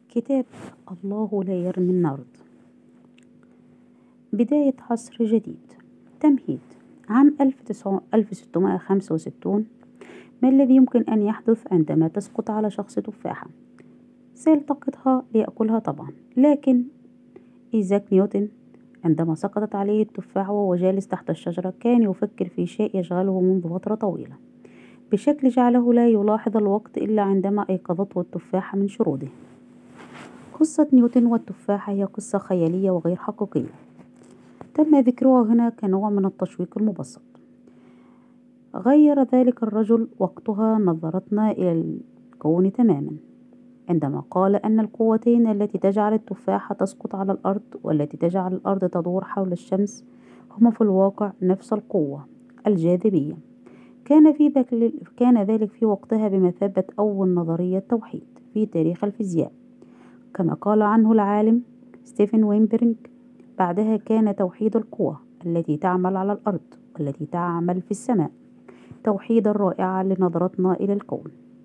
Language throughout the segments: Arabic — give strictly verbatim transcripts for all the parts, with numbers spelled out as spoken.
كتاب الله لا يرمي النرد. بداية عصر جديد. تمهيد. عام ألف وستمائة وخمسة وستين. ما الذي يمكن أن يحدث عندما تسقط على شخص تفاحة؟ سيلتقطها ليأكلها طبعا، لكن إيزاك نيوتن عندما سقطت عليه التفاحة وهو جالس تحت الشجرة كان يفكر في شيء يشغله منذ فترة طويلة بشكل جعله لا يلاحظ الوقت إلا عندما أيقظته التفاحة من شروده. قصة نيوتن والتفاحة هي قصة خيالية وغير حقيقية، تم ذكرها هنا كنوع من التشويق المبسط. غير ذلك الرجل وقتها نظرتنا إلى الكون تماما عندما قال أن القوتين التي تجعل التفاحة تسقط على الأرض والتي تجعل الأرض تدور حول الشمس هما في الواقع نفس القوة، الجاذبية. كان في ذلك كان ذلك في وقتها بمثابة أول نظرية توحيد في تاريخ الفيزياء، كما قال عنه العالم ستيفن وينبرغ. بعدها كان توحيد القوى التي تعمل على الأرض والتي تعمل في السماء توحيدا رائعا لنظرتنا إلى الكون.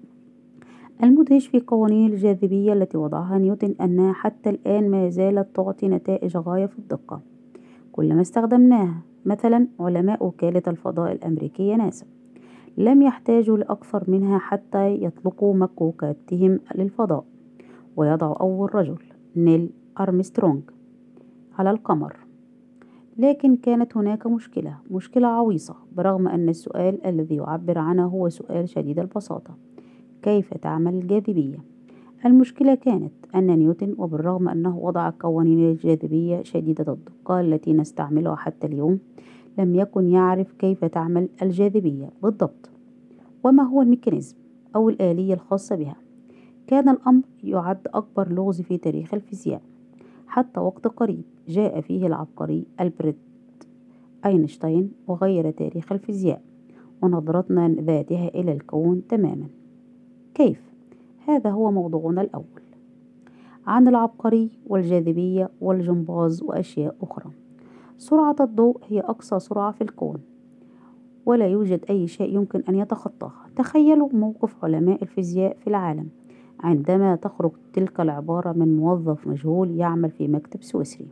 المدهش في قوانين الجاذبية التي وضعها نيوتن أنها حتى الآن ما زالت تعطي نتائج غاية في الدقة كلما استخدمناها. مثلا علماء وكالة الفضاء الأمريكية ناسا لم يحتاجوا لأكثر منها حتى يطلقوا مكوكاتهم للفضاء ويضع أول رجل نيل أرمسترونغ على القمر. لكن كانت هناك مشكلة مشكلة عويصة، برغم أن السؤال الذي يعبر عنه هو سؤال شديد البساطة: كيف تعمل الجاذبية؟ المشكلة كانت أن نيوتن، وبالرغم أنه وضع قوانين الجاذبية شديدة الدقة التي نستعملها حتى اليوم، لم يكن يعرف كيف تعمل الجاذبية بالضبط وما هو الميكانيزم أو الآلية الخاصة بها. كان الأمر يعد أكبر لغز في تاريخ الفيزياء حتى وقت قريب جاء فيه العبقري ألبرت أينشتاين وغير تاريخ الفيزياء ونظرتنا ذاتها إلى الكون تماما. كيف؟ هذا هو موضوعنا الأول، عن العبقري والجاذبية والجمباز وأشياء أخرى. سرعة الضوء هي أقصى سرعة في الكون ولا يوجد أي شيء يمكن أن يتخطاها. تخيلوا موقف علماء الفيزياء في العالم عندما تخرج تلك العبارة من موظف مجهول يعمل في مكتب سويسري.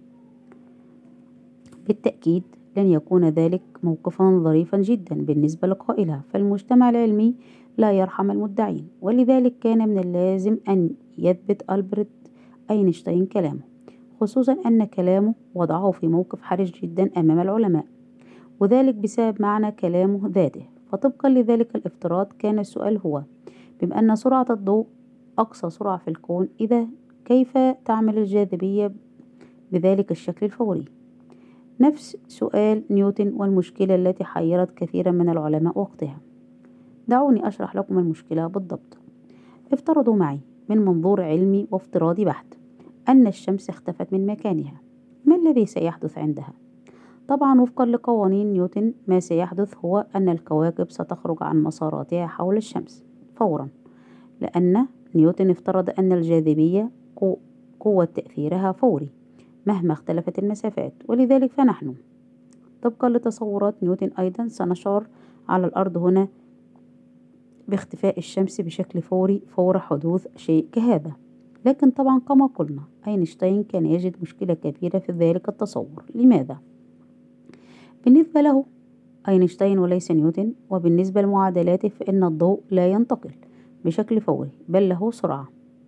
بالتأكيد لن يكون ذلك موقفا ظريفا جدا بالنسبة لقائلها، فالمجتمع العلمي لا يرحم المدعين، ولذلك كان من اللازم أن يثبت ألبرت أينشتاين كلامه، خصوصا أن كلامه وضعه في موقف حرج جدا أمام العلماء، وذلك بسبب معنى كلامه ذاته. فطبقا لذلك الافتراض كان السؤال هو: بما أن سرعة الضوء أقصى سرعة في الكون، إذا كيف تعمل الجاذبية بذلك الشكل الفوري؟ نفس سؤال نيوتن والمشكلة التي حيرت كثيرا من العلماء وقتها. دعوني أشرح لكم المشكلة بالضبط. افترضوا معي من منظور علمي وافتراضي بحت أن الشمس اختفت من مكانها. ما الذي سيحدث عندها؟ طبعا وفقا لقوانين نيوتن ما سيحدث هو أن الكواكب ستخرج عن مساراتها حول الشمس فورا، لأن نيوتن افترض أن الجاذبية قوة تأثيرها فوري مهما اختلفت المسافات، ولذلك فنحن طبقا لتصورات نيوتن أيضا سنشعر على الأرض هنا باختفاء الشمس بشكل فوري فور حدوث شيء كهذا. لكن طبعا كما قلنا أينشتاين كان يجد مشكلة كبيرة في ذلك التصور. لماذا؟ بالنسبة له أينشتاين وليس نيوتن، وبالنسبة لمعادلاته فإن الضوء لا ينتقل بشكل فوري بل له سرعة،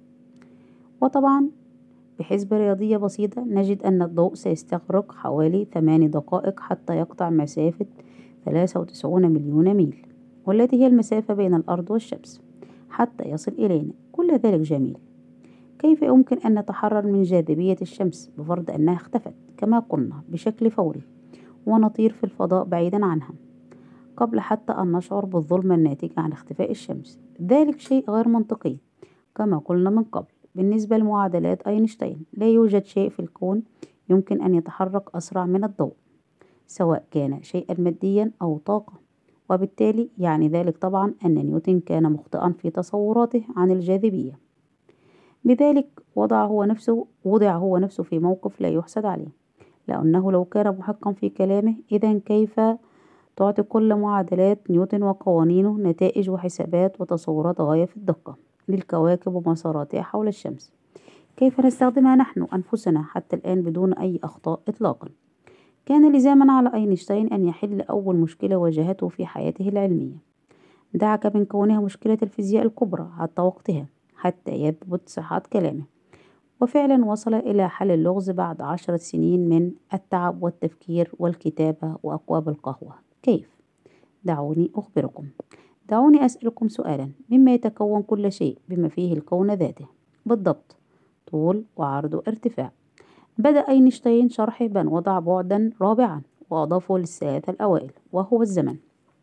وطبعا بحسبة رياضية بسيطة نجد أن الضوء سيستغرق حوالي ثماني دقائق حتى يقطع مسافة ثلاثة وتسعين مليون ميل، والتي هي المسافة بين الأرض والشمس، حتى يصل إلينا. كل ذلك جميل. كيف يمكن أن نتحرر من جاذبية الشمس بفرض أنها اختفت كما قلنا بشكل فوري ونطير في الفضاء بعيدا عنها قبل حتى أن نشعر بالظلمة الناتجة عن اختفاء الشمس؟ ذلك شيء غير منطقي. كما قلنا من قبل بالنسبة لمعادلات أينشتاين لا يوجد شيء في الكون يمكن أن يتحرك أسرع من الضوء، سواء كان شيئا ماديا أو طاقة، وبالتالي يعني ذلك طبعا أن نيوتن كان مخطئا في تصوراته عن الجاذبية. بذلك وضع هو نفسه وضع هو نفسه في موقف لا يحسد عليه، لأنه لو كان محقا في كلامه إذا كيف تعطي كل معادلات نيوتن وقوانينه نتائج وحسابات وتصورات غاية في الدقة للكواكب ومساراتها حول الشمس؟ كيف نستخدمها نحن أنفسنا حتى الآن بدون أي أخطاء إطلاقا. كان لزاما على أينشتاين أن يحل أول مشكلة واجهته في حياته العلمية، دعك من كونها مشكلة الفيزياء الكبرى حتى وقتها حتى يثبت صحة كلامه، وفعلا وصل إلى حل اللغز بعد عشرة سنين من التعب والتفكير والكتابة وأكواب القهوة. كيف؟ دعوني أخبركم. دعوني أسألكم سؤالا، مما يتكون كل شيء بما فيه الكون ذاته؟ بالضبط، طول وعرض وارتفاع. بدأ أينشتاين شرحه بأن وضع بعدا رابعا وأضافه للثلاثة الأوائل وهو الزمن،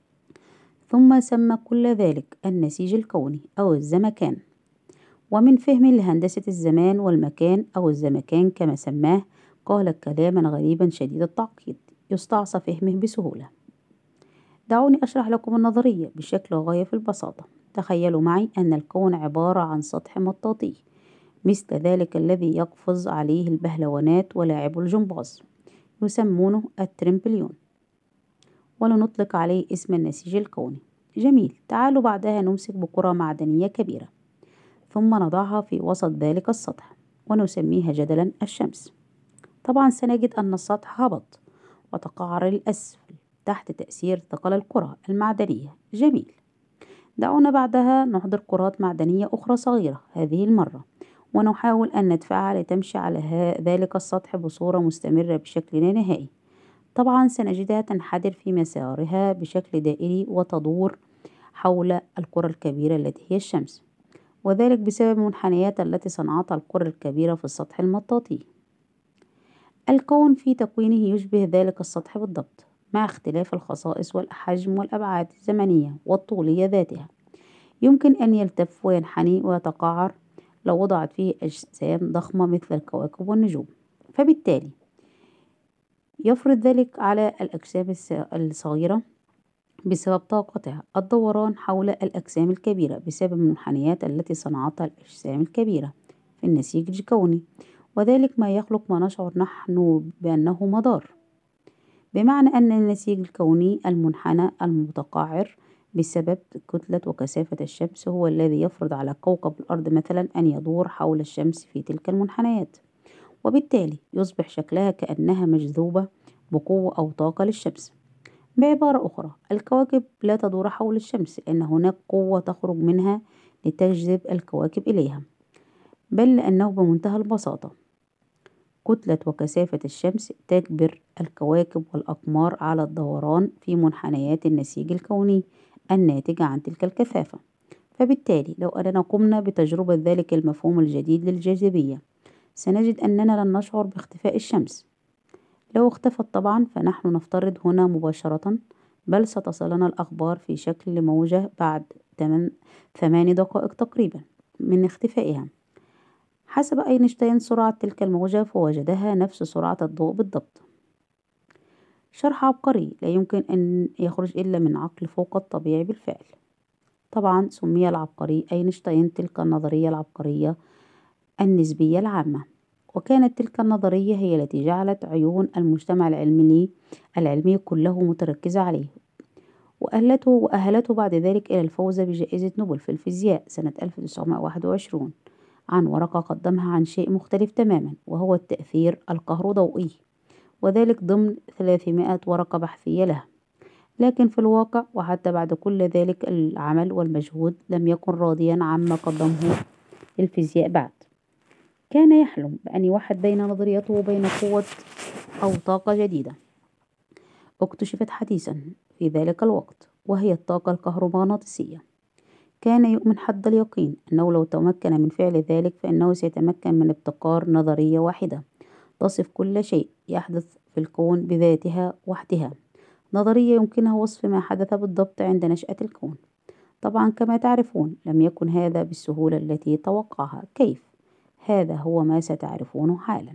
ثم سمى كل ذلك النسيج الكوني أو الزمكان. ومن فهمه لهندسة الزمان والمكان أو الزمكان كما سماه، قال كلاما غريبا شديد التعقيد يستعصى فهمه بسهولة. دعوني أشرح لكم النظرية بشكل غاية في البساطة. تخيلوا معي أن الكون عبارة عن سطح مطاطي مثل ذلك الذي يقفز عليه البهلوانات ولاعبو الجمباز، يسمونه الترمبليون، ولنطلق عليه اسم النسيج الكوني. جميل، تعالوا بعدها نمسك بكرة معدنية كبيرة ثم نضعها في وسط ذلك السطح ونسميها جدلا الشمس. طبعا سنجد أن السطح هبط وتقعر للأسفل تحت تأثير ثقل الكرة المعدنية. جميل، دعونا بعدها نحضر كرات معدنية أخرى صغيرة هذه المرة ونحاول أن ندفعها لتمشي على ذلك السطح بصورة مستمرة بشكل لا نهائي. طبعا سنجدها تنحدر في مسارها بشكل دائري وتدور حول الكرة الكبيرة التي هي الشمس، وذلك بسبب المنحنيات التي صنعتها الكرة الكبيرة في السطح المطاطي. الكون في تكوينه يشبه ذلك السطح بالضبط، مع اختلاف الخصائص والحجم والأبعاد الزمنية والطولية ذاتها. يمكن أن يلتف وينحني ويتقعر لو وضعت فيه أجسام ضخمة مثل الكواكب والنجوم، فبالتالي يفرض ذلك على الأجسام الصغيرة بسبب طاقتها الدوران حول الأجسام الكبيرة بسبب المنحنيات التي صنعتها الأجسام الكبيرة في النسيج الكوني، وذلك ما يخلق ما نشعر نحن بأنه مدار، بمعنى أن النسيج الكوني المنحنى المتقعر بسبب كتلة وكثافة الشمس هو الذي يفرض على كوكب الأرض مثلا أن يدور حول الشمس في تلك المنحنيات، وبالتالي يصبح شكلها كأنها مجذوبة بقوة أو طاقة للشمس. بعبارة أخرى، الكواكب لا تدور حول الشمس لأن هناك قوة تخرج منها لتجذب الكواكب إليها، بل لأنه بمنتهى البساطة كتلة وكثافة الشمس تجبر الكواكب والأقمار على الدوران في منحنيات النسيج الكوني الناتجة عن تلك الكثافة. فبالتالي لو أننا قمنا بتجربة ذلك المفهوم الجديد للجاذبية سنجد أننا لن نشعر باختفاء الشمس. لو اختفت طبعا فنحن نفترض هنا مباشرة، بل ستصلنا الأخبار في شكل موجة بعد ثمان دقائق تقريبا من اختفائها. حسب أينشتاين سرعة تلك الموجة فوجدها نفس سرعة الضوء بالضبط. شرح عبقري لا يمكن أن يخرج إلا من عقل فوق الطبيعي بالفعل. طبعا سمي العبقري أينشتاين تلك النظرية العبقرية النسبية العامة، وكانت تلك النظرية هي التي جعلت عيون المجتمع العلمي العلمي كله متركزة عليه، وأهلته وأهلته بعد ذلك إلى الفوز بجائزة نوبل في الفيزياء سنة ألف وتسعمائة وواحد وعشرين عن ورقة قدمها عن شيء مختلف تماما وهو التأثير الكهروضوئي، وذلك ضمن ثلاثمائة ورقة بحثية له. لكن في الواقع وحتى بعد كل ذلك العمل والمجهود لم يكن راضيا عما قدمه الفيزياء بعد. كان يحلم بأن يوحد بين نظريته وبين قوة أو طاقة جديدة اكتشفت حديثا في ذلك الوقت، وهي الطاقة الكهرومغناطيسية. كان يؤمن حد اليقين أنه لو تمكن من فعل ذلك فإنه سيتمكن من ابتكار نظرية واحدة تصف كل شيء يحدث في الكون بذاتها وحدها، نظرية يمكنها وصف ما حدث بالضبط عند نشأة الكون. طبعا كما تعرفون لم يكن هذا بالسهولة التي توقعها. كيف؟ هذا هو ما ستعرفونه حالا.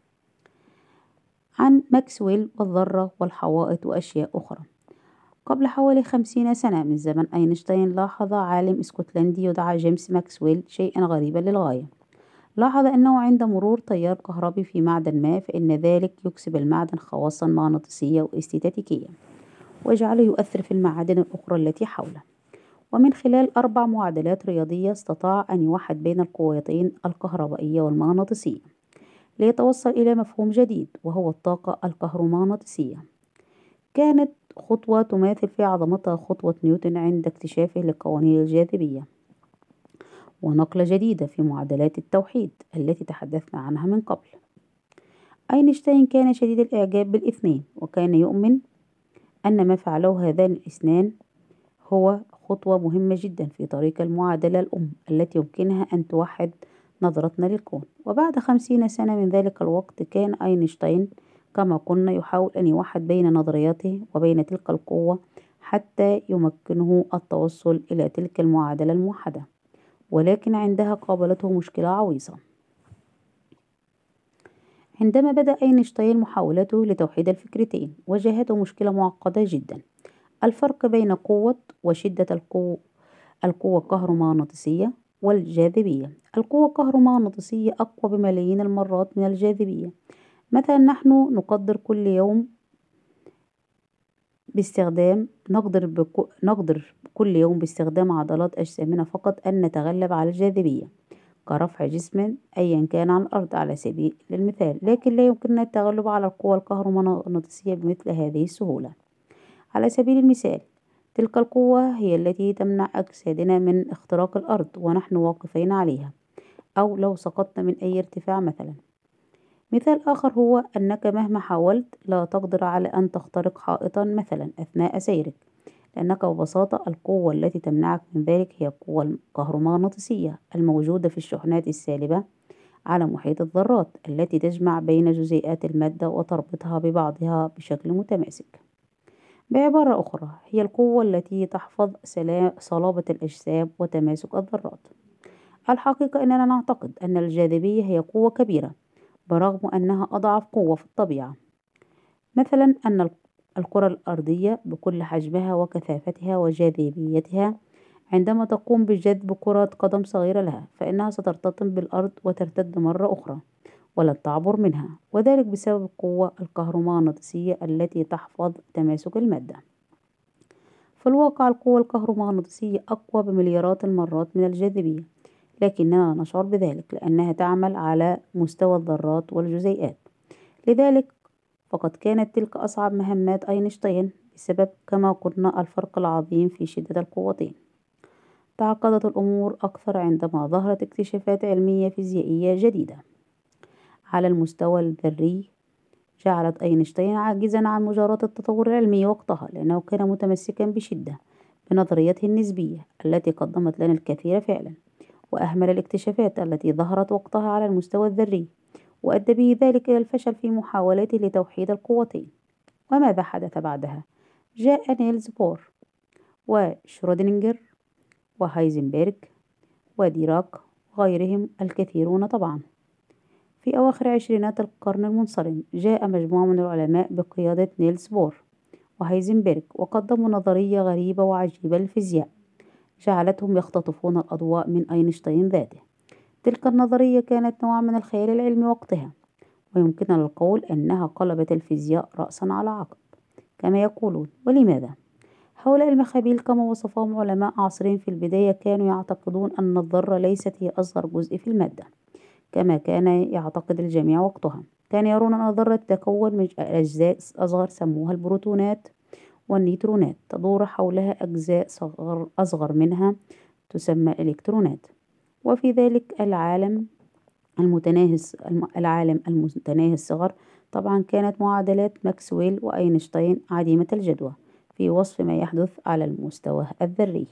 عن ماكسويل والذرة والحوائط وأشياء أخرى. قبل حوالي خمسين سنة من زمن أينشتاين لاحظ عالم اسكتلندي يدعى جيمس ماكسويل شيئا غريبا للغاية. لاحظ أنه عند مرور تيار كهربي في معدن ما فإن ذلك يكسب المعدن خواصا مغناطيسية واستاتيكية ويجعله يؤثر في المعادن الأخرى التي حوله، ومن خلال أربع معادلات رياضية استطاع أن يوحد بين القوتين الكهربائية والمغناطيسية ليتوصل إلى مفهوم جديد وهو الطاقة الكهرومغناطيسية. كانت خطوة تماثل في عظمتها خطوة نيوتن عند اكتشافه لقوانين الجاذبية، ونقلة جديدة في معادلات التوحيد التي تحدثنا عنها من قبل. أينشتاين كان شديد الإعجاب بالاثنين، وكان يؤمن أن ما فعله هذان الاثنان هو خطوة مهمة جدا في طريق المعادلة الأم التي يمكنها أن توحد نظرتنا للكون. وبعد خمسين سنة من ذلك الوقت كان أينشتاين كما قلنا يحاول أن يوحد بين نظرياته وبين تلك القوة حتى يمكنه التوصل إلى تلك المعادلة الموحدة، ولكن عندها قابلته مشكلة عويصة. عندما بدأ أينشتاين محاولته لتوحيد الفكرتين واجهته مشكلة معقدة جدا: الفرق بين قوة وشدة القوة القوة الكهرومغناطيسية والجاذبية. القوة الكهرومغناطيسية أقوى بملايين المرات من الجاذبية. مثلا نحن نقدر كل يوم باستخدام نقدر, بكو نقدر كل يوم باستخدام عضلات أجسامنا فقط أن نتغلب على الجاذبية كرفع جسم أيا كان على الأرض على سبيل المثال، لكن لا يمكننا التغلب على القوى الكهرومغناطيسية بمثل هذه السهولة. على سبيل المثال تلك القوة هي التي تمنع أجسادنا من اختراق الأرض ونحن واقفين عليها، أو لو سقطنا من أي ارتفاع مثلا. مثال آخر هو أنك مهما حاولت لا تقدر على أن تخترق حائطا مثلا أثناء سيرك، لأنك ببساطة القوة التي تمنعك من ذلك هي القوة الكهرومغناطيسية الموجودة في الشحنات السالبة على محيط الذرات التي تجمع بين جزيئات المادة وتربطها ببعضها بشكل متماسك. بعبارة أخرى هي القوة التي تحفظ صلابة الأجسام وتماسك الذرات. الحقيقة أننا نعتقد أن الجاذبية هي قوة كبيرة برغم أنها أضعف قوة في الطبيعة. مثلا أن الكرة الأرضية بكل حجمها وكثافتها وجاذبيتها عندما تقوم بجذب كرة قدم صغيرة لها فإنها سترتطم بالأرض وترتد مرة أخرى ولن تعبر منها، وذلك بسبب القوة الكهرومغناطيسية التي تحفظ تماسك المادة. في الواقع القوة الكهرومغناطيسية أقوى بمليارات المرات من الجاذبية، لكننا نشعر بذلك لأنها تعمل على مستوى الذرات والجزيئات. لذلك فقد كانت تلك أصعب مهمات أينشتاين بسبب كما قلنا الفرق العظيم في شدة القوتين. تعقدت الأمور أكثر عندما ظهرت اكتشافات علمية فيزيائية جديدة. على المستوى الذري جعلت أينشتاين عاجزا عن مجاراة التطور العلمي وقتها، لأنه كان متمسكا بشدة بنظريته النسبية التي قدمت لنا الكثير فعلا، وأهمل الاكتشافات التي ظهرت وقتها على المستوى الذري، وأدى به ذلك إلى الفشل في محاولاته لتوحيد القوتين. وماذا حدث بعدها؟ جاء نيلز بور وشرودنجر وهايزنبرغ وديراك وغيرهم الكثيرون طبعا. في أواخر عشرينات القرن المنصرم جاء مجموعة من العلماء بقيادة نيلز بور وهايزنبرغ وقدموا نظرية غريبة وعجيبة للفيزياء جعلتهم يختطفون الأضواء من أينشتاين ذاته. تلك النظرية كانت نوع من الخيال العلمي وقتها، ويمكننا القول أنها قلبت الفيزياء رأسا على عقب كما يقولون. ولماذا؟ هؤلاء المخابيل كما وصفهم علماء عصرين في البداية كانوا يعتقدون أن الذرة ليست هي أصغر جزء في المادة كما كان يعتقد الجميع وقتها. كانوا يرون أن الذرة تتكون من أجزاء أصغر سموها البروتونات والنيوترونات، تدور حولها أجزاء صغر أصغر منها تسمى الإلكترونات. وفي ذلك العالم المتناهي العالم المتناهي الصغر طبعا كانت معادلات ماكسويل وأينشتاين عديمة الجدوى في وصف ما يحدث على المستوى الذري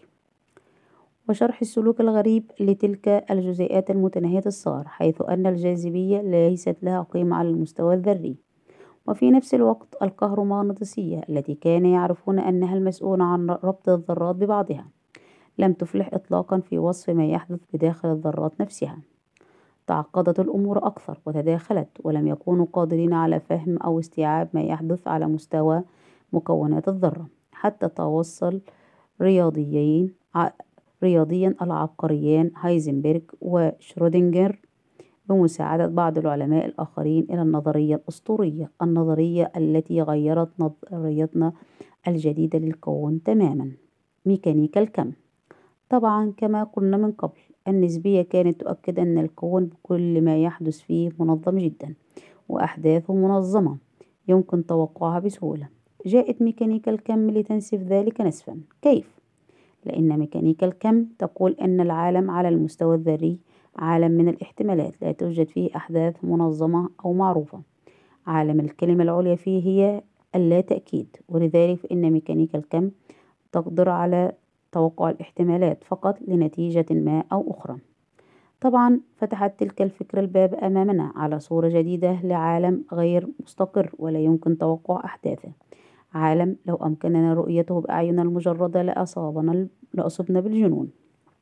وشرح السلوك الغريب لتلك الجزيئات المتناهية الصغر، حيث أن الجاذبية ليست لها قيمة على المستوى الذري. وفي نفس الوقت الكهرومغناطيسية التي كان يعرفون أنها المسؤولة عن ربط الذرات ببعضها لم تفلح إطلاقا في وصف ما يحدث بداخل الذرات نفسها. تعقدت الأمور أكثر وتداخلت، ولم يكونوا قادرين على فهم أو استيعاب ما يحدث على مستوى مكونات الذرة، حتى توصل رياضيين رياضيا العبقريان هايزنبرغ وشرودنجر بمساعدة بعض العلماء الآخرين إلى النظرية الأسطورية، النظرية التي غيرت نظريتنا الجديدة للكون تماما، ميكانيكا الكم. طبعا كما قلنا من قبل، النسبية كانت تؤكد أن الكون بكل ما يحدث فيه منظم جدا وأحداثه منظمة يمكن توقعها بسهولة. جاءت ميكانيكا الكم لتنسف ذلك نسفا. كيف؟ لأن ميكانيكا الكم تقول أن العالم على المستوى الذري عالم من الاحتمالات لا توجد فيه أحداث منظمة أو معروفة. عالم الكلمة العليا فيه هي اللا تأكيد، ولذلك فإن ميكانيكا الكم تقدر على توقع الاحتمالات فقط لنتيجة ما أو أخرى. طبعا فتحت تلك الفكرة الباب أمامنا على صورة جديدة لعالم غير مستقر ولا يمكن توقع أحداثه. عالم لو أمكننا رؤيته بأعيننا المجردة لأصابنا لأصبنا بالجنون.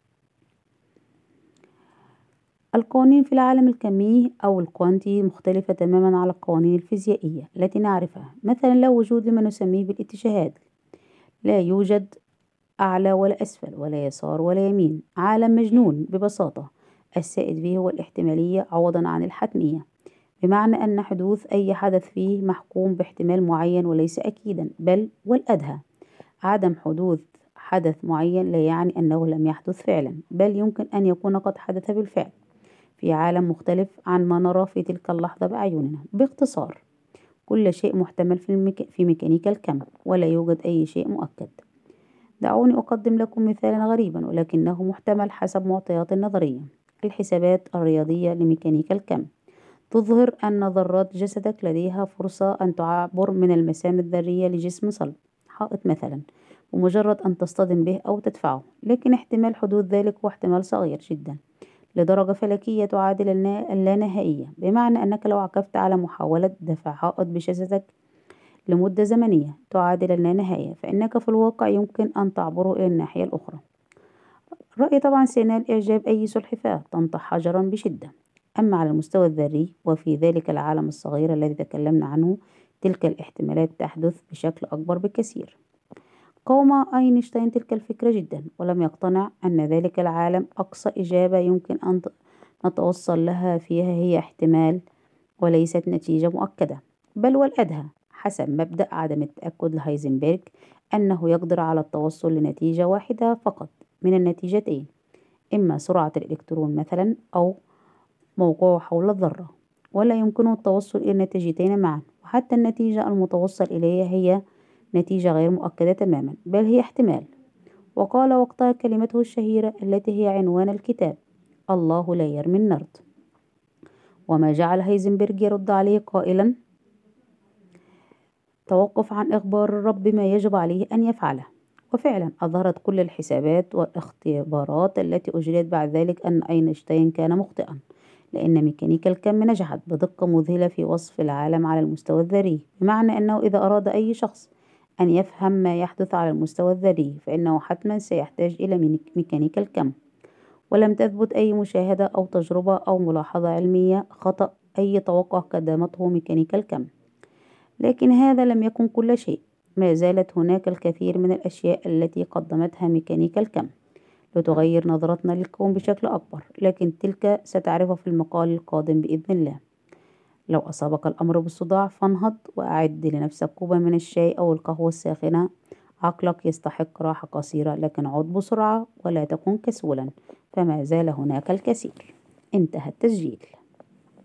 القوانين في العالم الكمي أو الكوانتي مختلفة تماما على القوانين الفيزيائية التي نعرفها. مثلا لا وجود لما نسميه بالاتجاهات، لا يوجد أعلى ولا أسفل ولا يسار ولا يمين. عالم مجنون ببساطة، السائد فيه هو الاحتمالية عوضا عن الحتمية، بمعنى أن حدوث أي حدث فيه محكوم باحتمال معين وليس أكيدا، بل والأدهى عدم حدوث حدث معين لا يعني أنه لم يحدث فعلا، بل يمكن أن يكون قد حدث بالفعل في عالم مختلف عن ما نرى في تلك اللحظة بأعيننا. باختصار، كل شيء محتمل في, الميك... في ميكانيكا الكم ولا يوجد أي شيء مؤكد. دعوني أقدم لكم مثالا غريبا ولكنه محتمل حسب معطيات النظرية. الحسابات الرياضية لميكانيكا الكم تظهر أن ذرات جسدك لديها فرصة أن تعبر من المسام الذرية لجسم صلب حائط مثلا بمجرد أن تصطدم به أو تدفعه، لكن احتمال حدوث ذلك هو احتمال صغير جدا لدرجة فلكية تعادل اللانهائية، بمعنى أنك لو عكفت على محاولة دفع حائط بجسدك لمدة زمنية تعادل اللانهاية فإنك في الواقع يمكن أن تعبره إلى الناحية الأخرى. رأيي طبعا سينال إعجاب أي سلحفاة تنطح حجرا بشدة. أما على المستوى الذري وفي ذلك العالم الصغير الذي تكلمنا عنه، تلك الاحتمالات تحدث بشكل أكبر بكثير. قاوم أينشتاين تلك الفكرة جدا ولم يقتنع أن ذلك العالم أقصى إجابة يمكن أن نتوصل لها فيها هي احتمال وليست نتيجة مؤكدة، بل والأدهى حسب مبدأ عدم التأكد لهايزنبرغ أنه يقدر على التوصل لنتيجة واحدة فقط من النتيجتين، إما سرعة الإلكترون مثلا أو موقعه حول الذرة، ولا يمكنه التوصل إلى النتيجتين معا. وحتى النتيجة المتوصل إليها هي نتيجة غير مؤكدة تماما، بل هي احتمال. وقال وقتها كلمته الشهيرة التي هي عنوان الكتاب: الله لا يرمي النرد. وما جعل هايزنبرغ يرد عليه قائلا: توقف عن إخبار الرب بما يجب عليه أن يفعله. وفعلا أظهرت كل الحسابات والاختبارات التي أجريت بعد ذلك أن أينشتاين كان مخطئا، لأن ميكانيكا الكم نجحت بدقة مذهلة في وصف العالم على المستوى الذري، بمعنى أنه إذا أراد أي شخص أن يفهم ما يحدث على المستوى الذري فإنه حتما سيحتاج إلى ميكانيكا الكم. ولم تثبت أي مشاهدة أو تجربة أو ملاحظة علمية خطأ أي توقع قدمته ميكانيكا الكم. لكن هذا لم يكن كل شيء، ما زالت هناك الكثير من الأشياء التي قدمتها ميكانيكا الكم لتغير نظرتنا للكون بشكل أكبر، لكن تلك ستعرفها في المقال القادم بإذن الله. لو أصابك الأمر بالصداع فانهض وأعد لنفسك كوبا من الشاي أو القهوة الساخنة. عقلك يستحق راحة قصيرة، لكن عد بسرعة ولا تكن كسولا، فما زال هناك الكثير. انتهى التسجيل.